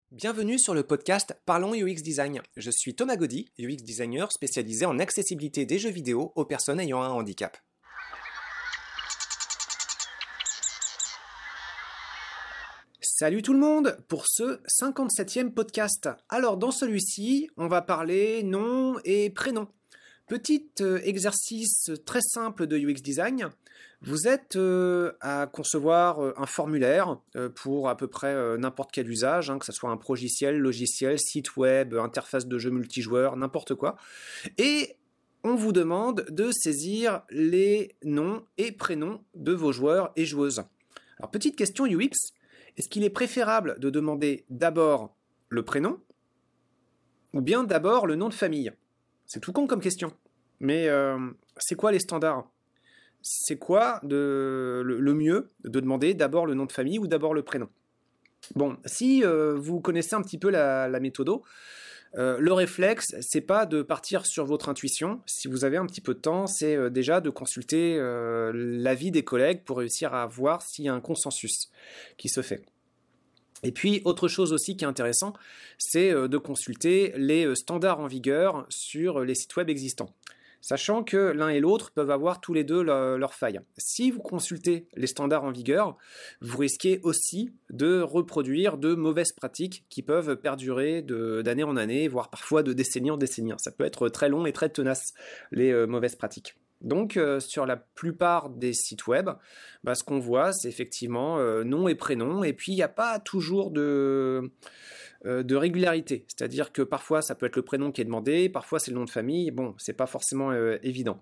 Bienvenue sur le podcast Parlons UX Design. Je suis Thomas Gaudy, UX designer spécialisé en accessibilité des jeux vidéo aux personnes ayant un handicap. Salut tout le monde pour ce 57e podcast. Alors dans celui-ci, on va parler nom et prénom. Petit exercice très simple de UX design. Vous êtes à concevoir un formulaire pour à peu près n'importe quel usage, que ce soit un logiciel, site web, interface de jeu multijoueur, n'importe quoi. Et on vous demande de saisir les noms et prénoms de vos joueurs et joueuses. Alors petite question UX, est-ce qu'il est préférable de demander d'abord le prénom ou bien d'abord le nom de famille ? C'est tout con comme question. Mais c'est quoi les standards ? C'est quoi le mieux de demander d'abord le nom de famille ou d'abord le prénom ? Bon, si vous connaissez un petit peu la méthodo, le réflexe, c'est pas de partir sur votre intuition. Si vous avez un petit peu de temps, c'est déjà de consulter l'avis des collègues pour réussir à voir s'il y a un consensus qui se fait. Et puis, autre chose aussi qui est intéressant, c'est de consulter les standards en vigueur sur les sites web existants. Sachant que l'un et l'autre peuvent avoir tous les deux leurs failles. Si vous consultez les standards en vigueur, vous risquez aussi de reproduire de mauvaises pratiques qui peuvent perdurer d'année en année, voire parfois de décennie en décennie. Ça peut être très long et très tenace, les mauvaises pratiques. Donc, sur la plupart des sites web, ce qu'on voit, c'est effectivement nom et prénom, et puis il n'y a pas toujours de régularité. C'est-à-dire que parfois, ça peut être le prénom qui est demandé, parfois c'est le nom de famille. Bon, c'est pas forcément évident.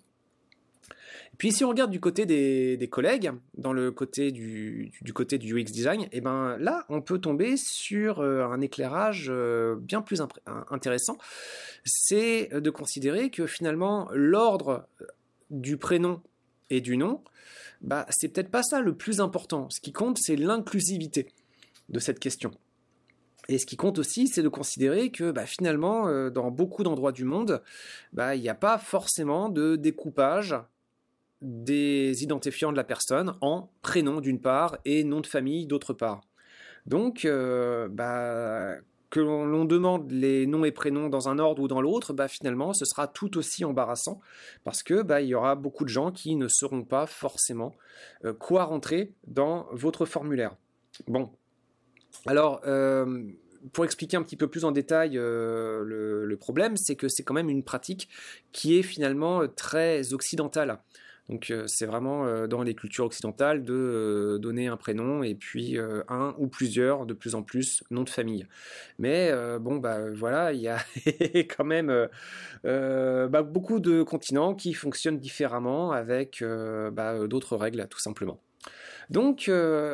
Et puis, si on regarde du côté des collègues, dans le côté du côté du UX design, et là, on peut tomber sur un éclairage bien plus intéressant. C'est de considérer que finalement, l'ordre du prénom et du nom, c'est peut-être pas ça le plus important. Ce qui compte, c'est l'inclusivité de cette question. Et ce qui compte aussi, c'est de considérer que finalement, dans beaucoup d'endroits du monde, il n'y a pas forcément de découpage des identifiants de la personne en prénom d'une part et nom de famille d'autre part. Donc, que l'on demande les noms et prénoms dans un ordre ou dans l'autre, finalement, ce sera tout aussi embarrassant parce que il y aura beaucoup de gens qui ne sauront pas forcément quoi rentrer dans votre formulaire. Bon, alors, pour expliquer un petit peu plus en détail le problème, c'est que c'est quand même une pratique qui est finalement très occidentale. Donc c'est vraiment dans les cultures occidentales de donner un prénom et puis un ou plusieurs, de plus en plus, noms de famille. Mais voilà, il y a quand même beaucoup de continents qui fonctionnent différemment avec d'autres règles, tout simplement. Donc,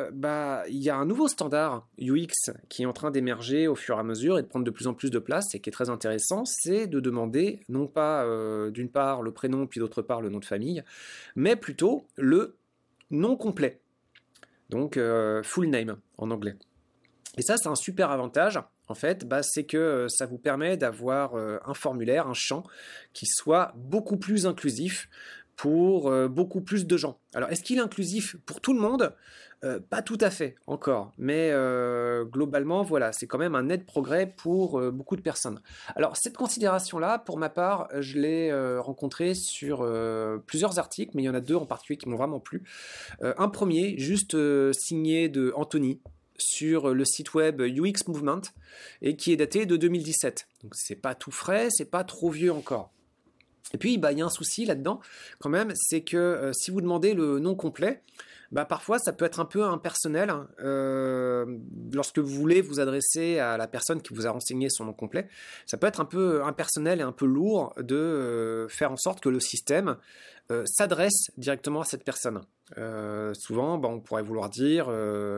il y a un nouveau standard UX qui est en train d'émerger au fur et à mesure et de prendre de plus en plus de place et qui est très intéressant, c'est de demander non pas d'une part le prénom puis d'autre part le nom de famille, mais plutôt le nom complet. Donc, full name en anglais. Et ça, c'est un super avantage. En fait, c'est que ça vous permet d'avoir un formulaire, un champ qui soit beaucoup plus inclusif pour beaucoup plus de gens. Alors, est-ce qu'il est inclusif pour tout le monde ? Pas tout à fait encore, mais globalement, voilà, c'est quand même un net progrès pour beaucoup de personnes. Alors, cette considération-là, pour ma part, je l'ai rencontrée sur plusieurs articles, mais il y en a deux en particulier qui m'ont vraiment plu. Un premier, juste signé de Anthony, sur le site web UX Movement, et qui est daté de 2017. Donc, c'est pas tout frais, c'est pas trop vieux encore. Et puis, il y a un souci là-dedans, quand même, c'est que si vous demandez le nom complet, parfois, ça peut être un peu impersonnel. Lorsque vous voulez vous adresser à la personne qui vous a renseigné son nom complet, ça peut être un peu impersonnel et un peu lourd de faire en sorte que le système s'adresse directement à cette personne. Souvent, on pourrait vouloir dire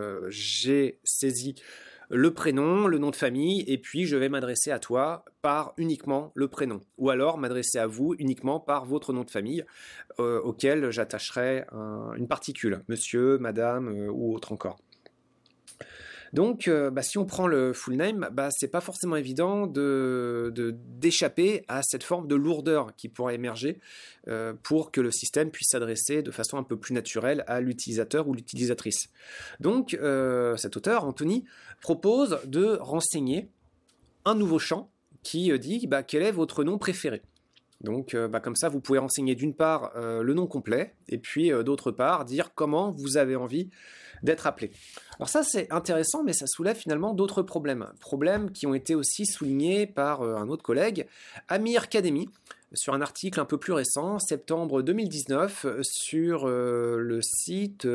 j'ai saisi le prénom, le nom de famille, et puis je vais m'adresser à toi par uniquement le prénom. Ou alors m'adresser à vous uniquement par votre nom de famille, auquel j'attacherai une particule, monsieur, madame ou autre encore. Donc, si on prend le full name, c'est pas forcément évident d'échapper à cette forme de lourdeur qui pourrait émerger pour que le système puisse s'adresser de façon un peu plus naturelle à l'utilisateur ou l'utilisatrice. Donc, cet auteur, Anthony, propose de renseigner un nouveau champ qui dit quel est votre nom préféré. Donc, comme ça, vous pouvez renseigner d'une part le nom complet, et puis d'autre part, dire comment vous avez envie d'être appelé. Alors ça, c'est intéressant, mais ça soulève finalement d'autres problèmes. Problèmes qui ont été aussi soulignés par un autre collègue, Amir Kademi, sur un article un peu plus récent, septembre 2019, sur le site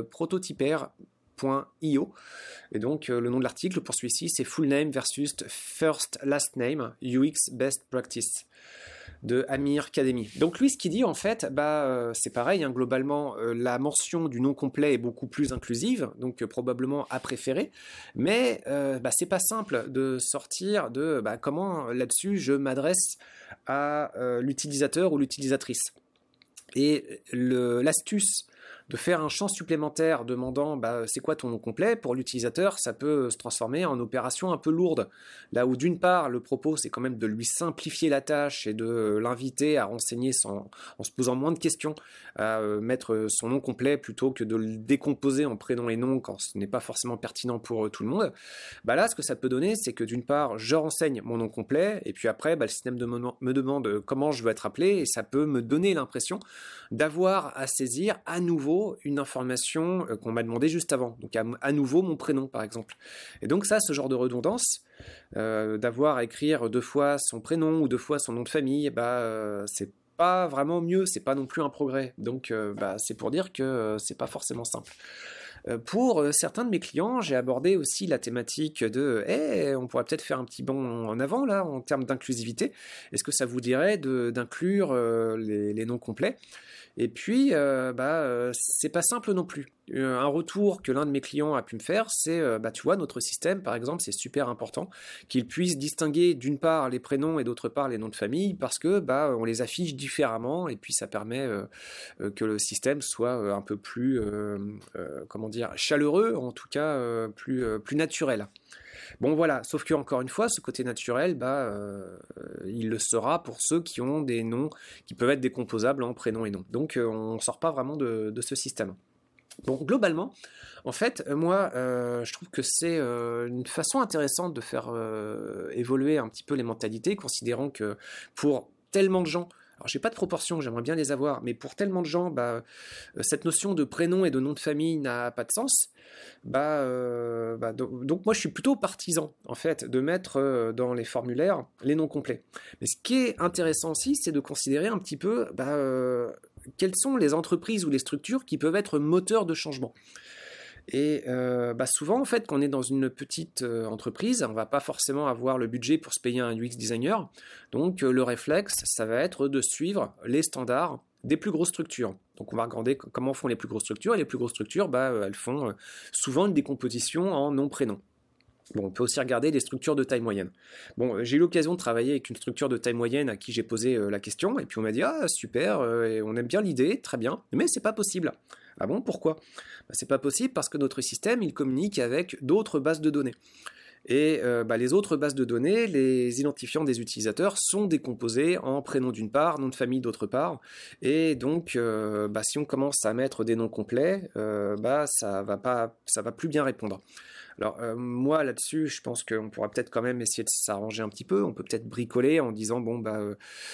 prototyper.io. Et donc, le nom de l'article pour celui-ci, c'est Full Name versus First Last Name, UX Best Practice, de Amir Kademi. Donc lui, ce qu'il dit en fait, c'est pareil, globalement, la mention du nom complet est beaucoup plus inclusive, donc probablement à préférer, mais c'est pas simple de sortir de comment là-dessus je m'adresse à l'utilisateur ou l'utilisatrice. Et l'astuce de faire un champ supplémentaire demandant c'est quoi ton nom complet, pour l'utilisateur, ça peut se transformer en opération un peu lourde. Là où d'une part, le propos, c'est quand même de lui simplifier la tâche et de l'inviter à renseigner en se posant moins de questions, à mettre son nom complet plutôt que de le décomposer en prénom et nom quand ce n'est pas forcément pertinent pour tout le monde. Là, ce que ça peut donner, c'est que d'une part, je renseigne mon nom complet et puis après, le système me demande comment je veux être appelé et ça peut me donner l'impression d'avoir à saisir à nouveau une information qu'on m'a demandé juste avant. Donc à nouveau mon prénom par exemple. Et donc ça, ce genre de redondance, d'avoir à écrire 2 fois son prénom ou 2 fois son nom de famille, c'est pas vraiment mieux, c'est pas non plus un progrès. Donc c'est pour dire que c'est pas forcément simple. Pour certains de mes clients, j'ai abordé aussi la thématique de on pourrait peut-être faire un petit bond en avant là en termes d'inclusivité. Est-ce que ça vous dirait d'inclure les noms complets ? Et puis, c'est pas simple non plus. Un retour que l'un de mes clients a pu me faire, c'est, tu vois, notre système, par exemple, c'est super important qu'il puisse distinguer d'une part les prénoms et d'autre part les noms de famille, parce que on les affiche différemment, et puis ça permet que le système soit un peu plus, chaleureux, en tout cas plus naturel. Bon voilà, sauf que encore une fois, ce côté naturel, il le sera pour ceux qui ont des noms qui peuvent être décomposables en prénom et nom. Donc on ne sort pas vraiment de ce système. Bon, globalement, en fait, moi, je trouve que c'est une façon intéressante de faire évoluer un petit peu les mentalités, considérant que pour tellement de gens, alors j'ai pas de proportion, j'aimerais bien les avoir, mais pour tellement de gens, cette notion de prénom et de nom de famille n'a pas de sens. Donc moi je suis plutôt partisan en fait de mettre dans les formulaires les noms complets. Mais ce qui est intéressant aussi, c'est de considérer un petit peu quelles sont les entreprises ou les structures qui peuvent être moteurs de changement. Et souvent, en fait, quand on est dans une petite entreprise, on ne va pas forcément avoir le budget pour se payer un UX designer. Donc, le réflexe, ça va être de suivre les standards des plus grosses structures. Donc, on va regarder comment font les plus grosses structures. Et les plus grosses structures, elles font souvent une décomposition en nom-prénom. Bon, on peut aussi regarder les structures de taille moyenne. Bon, j'ai eu l'occasion de travailler avec une structure de taille moyenne à qui j'ai posé la question, et puis on m'a dit « Ah, super, et on aime bien l'idée, très bien, mais c'est pas possible. » Ah bon, pourquoi ? C'est pas possible parce que notre système, il communique avec d'autres bases de données. Et les autres bases de données, les identifiants des utilisateurs sont décomposés en prénom d'une part, nom de famille d'autre part. Et donc, si on commence à mettre des noms complets, ça va plus bien répondre. Alors moi là-dessus, je pense qu'on pourra peut-être quand même essayer de s'arranger un petit peu. On peut peut-être bricoler en disant dans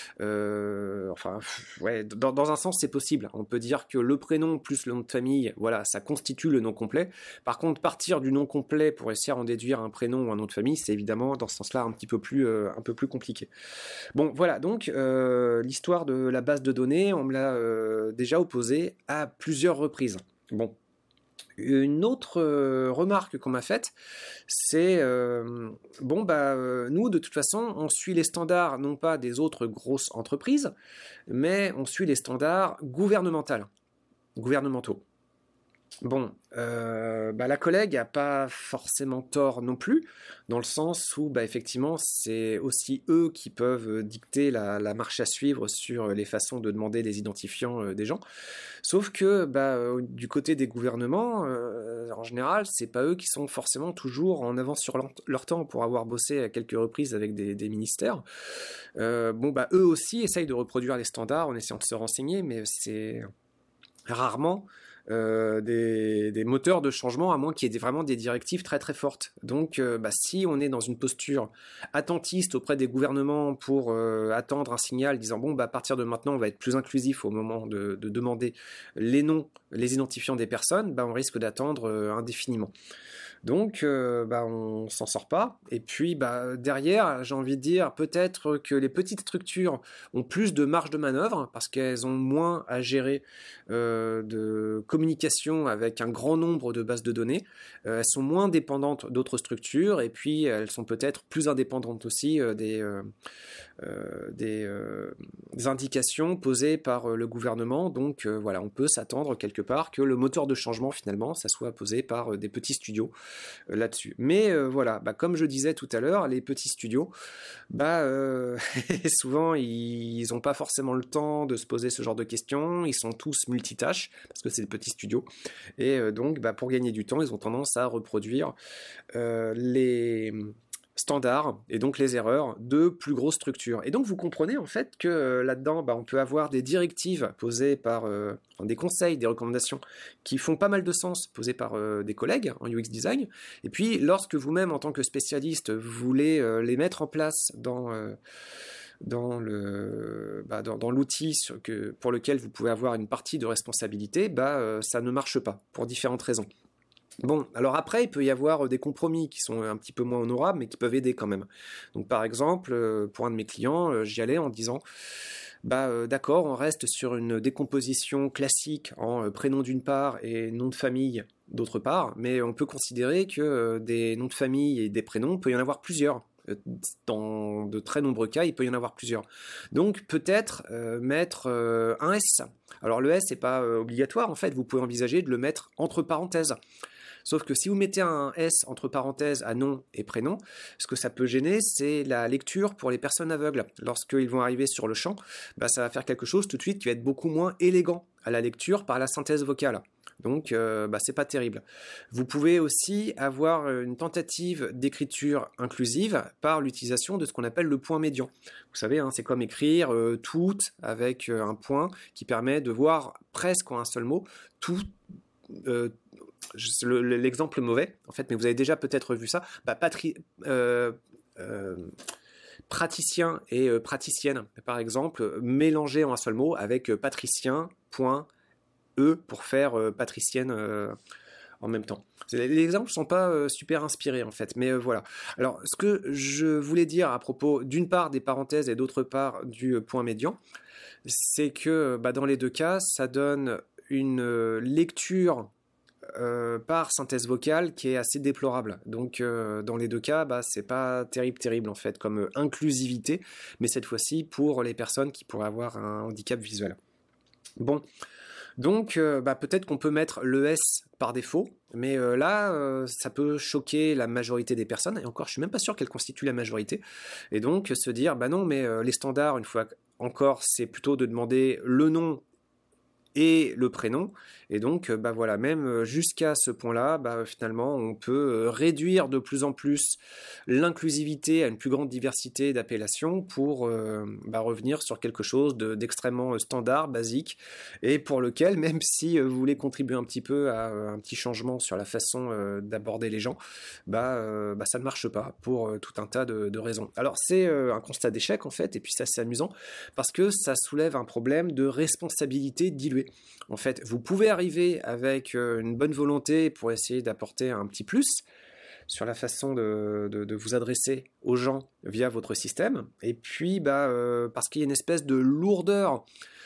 un sens c'est possible. On peut dire que le prénom plus le nom de famille, voilà, ça constitue le nom complet. Par contre, partir du nom complet pour essayer d'en déduire un prénom ou un nom de famille, c'est évidemment dans ce sens-là un peu plus compliqué. Bon, voilà, donc l'histoire de la base de données, on me l'a déjà opposée à plusieurs reprises. Bon. Une autre remarque qu'on m'a faite, c'est nous de toute façon on suit les standards non pas des autres grosses entreprises, mais on suit les standards gouvernementaux. Bon, la collègue a pas forcément tort non plus, dans le sens où, effectivement, c'est aussi eux qui peuvent dicter la marche à suivre sur les façons de demander les identifiants des gens. Sauf que, du côté des gouvernements, en général, c'est pas eux qui sont forcément toujours en avance sur leur temps pour avoir bossé à quelques reprises avec des ministères. Eux aussi essayent de reproduire les standards en essayant de se renseigner, mais c'est rarement des moteurs de changement, à moins qu'il y ait vraiment des directives très très fortes. Donc si on est dans une posture attentiste auprès des gouvernements pour attendre un signal disant à partir de maintenant on va être plus inclusif au moment de demander les noms, les identifiants des personnes, on risque d'attendre indéfiniment. Donc, on s'en sort pas. Et puis, derrière, j'ai envie de dire peut-être que les petites structures ont plus de marge de manœuvre parce qu'elles ont moins à gérer de communication avec un grand nombre de bases de données. Elles sont moins dépendantes d'autres structures et puis elles sont peut-être plus indépendantes aussi des indications posées par le gouvernement. Donc, on peut s'attendre quelque part que le moteur de changement, finalement, ça soit posé par des petits studios là-dessus. Mais comme je disais tout à l'heure, les petits studios, souvent ils n'ont pas forcément le temps de se poser ce genre de questions. Ils sont tous multitâches parce que c'est des petits studios. Et donc, pour gagner du temps, ils ont tendance à reproduire les standards et donc les erreurs de plus grosses structures. Et donc vous comprenez en fait que là-dedans, on peut avoir des directives posées par des conseils, des recommandations qui font pas mal de sens, posées par des collègues en UX design. Et puis lorsque vous-même en tant que spécialiste vous voulez les mettre en place dans l'outil pour lequel vous pouvez avoir une partie de responsabilité, ça ne marche pas pour différentes raisons. Bon, alors après, il peut y avoir des compromis qui sont un petit peu moins honorables, mais qui peuvent aider quand même. Donc par exemple, pour un de mes clients, j'y allais en disant, d'accord, on reste sur une décomposition classique en prénom d'une part et nom de famille d'autre part, mais on peut considérer que des noms de famille et des prénoms, il peut y en avoir plusieurs. Dans de très nombreux cas, il peut y en avoir plusieurs. Donc peut-être mettre un S. Alors le S n'est pas obligatoire, en fait, vous pouvez envisager de le mettre entre parenthèses. Sauf que si vous mettez un S entre parenthèses à nom et prénom, ce que ça peut gêner, c'est la lecture pour les personnes aveugles. Lorsqu'ils vont arriver sur le champ, ça va faire quelque chose tout de suite qui va être beaucoup moins élégant à la lecture par la synthèse vocale. Donc, c'est pas terrible. Vous pouvez aussi avoir une tentative d'écriture inclusive par l'utilisation de ce qu'on appelle le point médian. Vous savez, c'est comme écrire tout avec un point qui permet de voir presque en un seul mot tout. L'exemple mauvais, en fait, mais vous avez déjà peut-être vu ça. Praticien et praticienne, par exemple, mélangés en un seul mot avec patricien, point, E pour faire patricienne en même temps. Les exemples ne sont pas super inspirés en fait, mais voilà. Alors, ce que je voulais dire à propos d'une part des parenthèses et d'autre part du point médian, c'est que dans les deux cas, ça donne une lecture par synthèse vocale qui est assez déplorable. Donc dans les deux cas, c'est pas terrible en fait comme inclusivité, mais cette fois-ci pour les personnes qui pourraient avoir un handicap visuel. Bon, donc peut-être qu'on peut mettre le S par défaut, mais là ça peut choquer la majorité des personnes, et encore je suis même pas sûr qu'elle constitue la majorité, et donc se dire non mais les standards, une fois encore, c'est plutôt de demander le nom et le prénom, et donc même jusqu'à ce point-là, finalement on peut réduire de plus en plus l'inclusivité à une plus grande diversité d'appellations pour revenir sur quelque chose d'extrêmement standard, basique, et pour lequel, même si vous voulez contribuer un petit peu à un petit changement sur la façon d'aborder les gens, ça ne marche pas pour tout un tas de raisons. Alors c'est un constat d'échec en fait, et puis c'est assez amusant parce que ça soulève un problème de responsabilité diluée. En fait, vous pouvez arriver avec une bonne volonté pour essayer d'apporter un petit plus sur la façon de vous adresser aux gens via votre système, et puis parce qu'il y a une espèce de lourdeur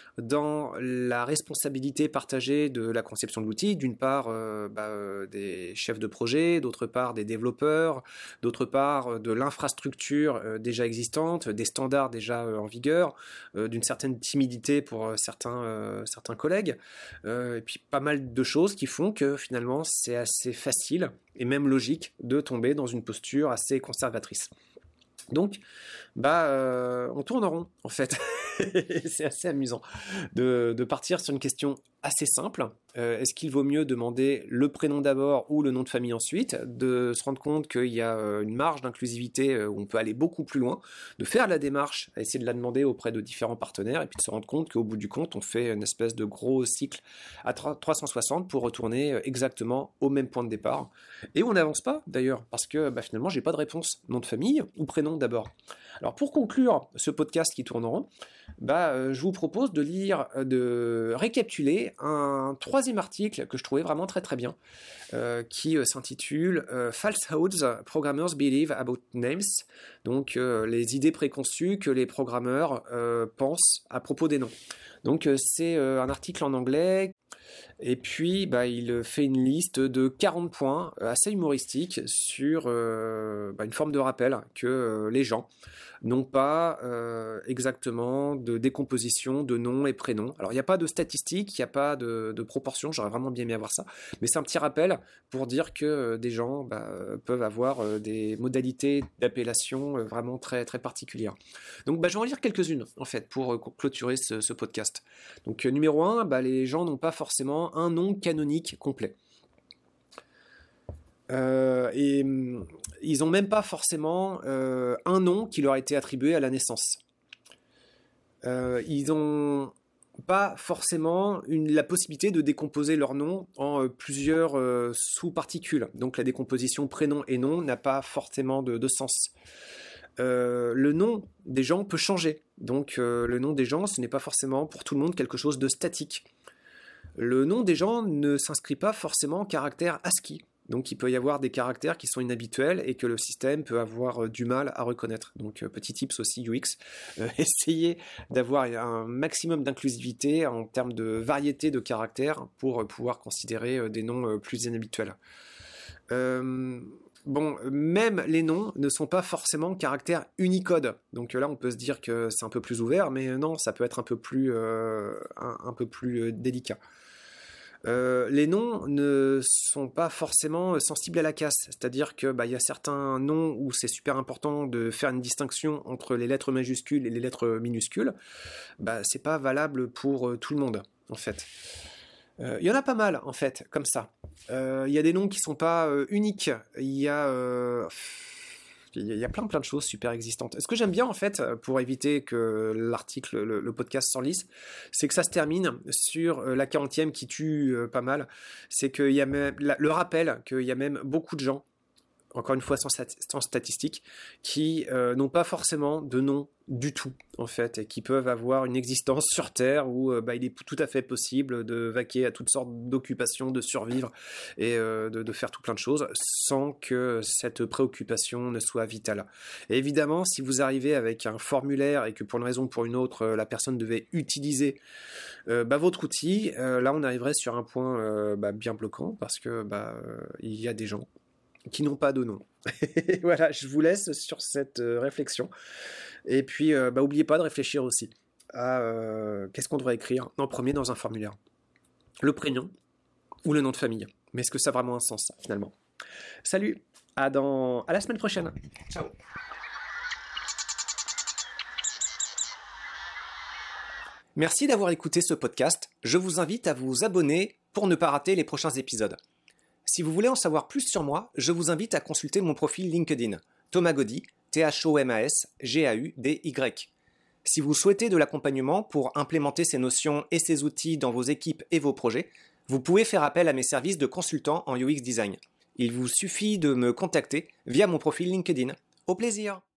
dans la responsabilité partagée de la conception de l'outil, d'une part des chefs de projet, d'autre part des développeurs, d'autre part de l'infrastructure déjà existante, des standards déjà en vigueur, d'une certaine timidité pour certains collègues, et puis pas mal de choses qui font que finalement c'est assez facile et même logique de tomber dans une posture assez conservatrice. Donc, on tourne en rond, en fait. C'est assez amusant de partir sur une question assez simple. Est-ce qu'il vaut mieux demander le prénom d'abord ou le nom de famille ensuite, de se rendre compte qu'il y a une marge d'inclusivité où on peut aller beaucoup plus loin, de faire la démarche, à essayer de la demander auprès de différents partenaires, et puis de se rendre compte qu'au bout du compte, on fait une espèce de gros cycle à 360 pour retourner exactement au même point de départ. Et on n'avance pas, d'ailleurs, parce que finalement, j'ai pas de réponse. Nom de famille ou prénom d'abord. Alors, pour conclure ce podcast qui tourne en rond, je vous propose de récapituler un troisième article que je trouvais vraiment très très bien, qui s'intitule Falsehoods Programmers Believe About Names, donc les idées préconçues que les programmeurs pensent à propos des noms. Donc c'est un article en anglais. Et puis, il fait une liste de 40 points assez humoristiques sur une forme de rappel que les gens n'ont pas exactement de décomposition de noms et prénoms. Alors, il n'y a pas de statistiques, il n'y a pas de proportions, j'aurais vraiment bien aimé avoir ça, mais c'est un petit rappel pour dire que des gens peuvent avoir des modalités d'appellation vraiment très, très particulières. Donc, je vais en lire quelques-unes, en fait, pour clôturer ce podcast. Donc, numéro 1, les gens n'ont pas forcément un nom canonique complet. Et ils n'ont même pas forcément un nom qui leur a été attribué à la naissance. Ils n'ont pas forcément la possibilité de décomposer leur nom en plusieurs sous-particules. Donc la décomposition prénom et nom n'a pas forcément de sens. Le nom des gens peut changer. Donc le nom des gens, ce n'est pas forcément pour tout le monde quelque chose de statique. Le nom des gens ne s'inscrit pas forcément en caractère ASCII. Donc il peut y avoir des caractères qui sont inhabituels et que le système peut avoir du mal à reconnaître. Donc petit tips aussi UX, essayez d'avoir un maximum d'inclusivité en termes de variété de caractères pour pouvoir considérer des noms plus inhabituels. Même les noms ne sont pas forcément caractères Unicode. Donc là, on peut se dire que c'est un peu plus ouvert, mais non, ça peut être un peu plus délicat. Les noms ne sont pas forcément sensibles à la casse, c'est-à-dire que y a certains noms où c'est super important de faire une distinction entre les lettres majuscules et les lettres minuscules. C'est pas valable pour tout le monde, en fait. Il y en a pas mal, en fait, comme ça. Il y a des noms qui sont pas uniques. Il y a plein de choses super existantes. Ce que j'aime bien, en fait, pour éviter que l'article, le podcast s'enlise, c'est que ça se termine sur la 40e qui tue pas mal. C'est qu'il y a même le rappel qu'il y a même beaucoup de gens, encore une fois sans statistiques, qui n'ont pas forcément de nom du tout, en fait, et qui peuvent avoir une existence sur Terre où il est tout à fait possible de vaquer à toutes sortes d'occupations, de survivre et de faire tout plein de choses sans que cette préoccupation ne soit vitale. Et évidemment, si vous arrivez avec un formulaire et que pour une raison ou pour une autre, la personne devait utiliser votre outil, là on arriverait sur un point bien bloquant parce que il y a des gens qui n'ont pas de nom. Voilà, je vous laisse sur cette réflexion. Et puis, n'oubliez pas de réfléchir aussi à qu'est-ce qu'on devrait écrire en premier dans un formulaire. Le prénom ou le nom de famille. Mais est-ce que ça a vraiment un sens, ça, finalement? Salut, à la semaine prochaine. Ciao. Merci d'avoir écouté ce podcast. Je vous invite à vous abonner pour ne pas rater les prochains épisodes. Si vous voulez en savoir plus sur moi, je vous invite à consulter mon profil LinkedIn, Thomas Gaudy, ThomasGaudy. Si vous souhaitez de l'accompagnement pour implémenter ces notions et ces outils dans vos équipes et vos projets, vous pouvez faire appel à mes services de consultant en UX Design. Il vous suffit de me contacter via mon profil LinkedIn. Au plaisir!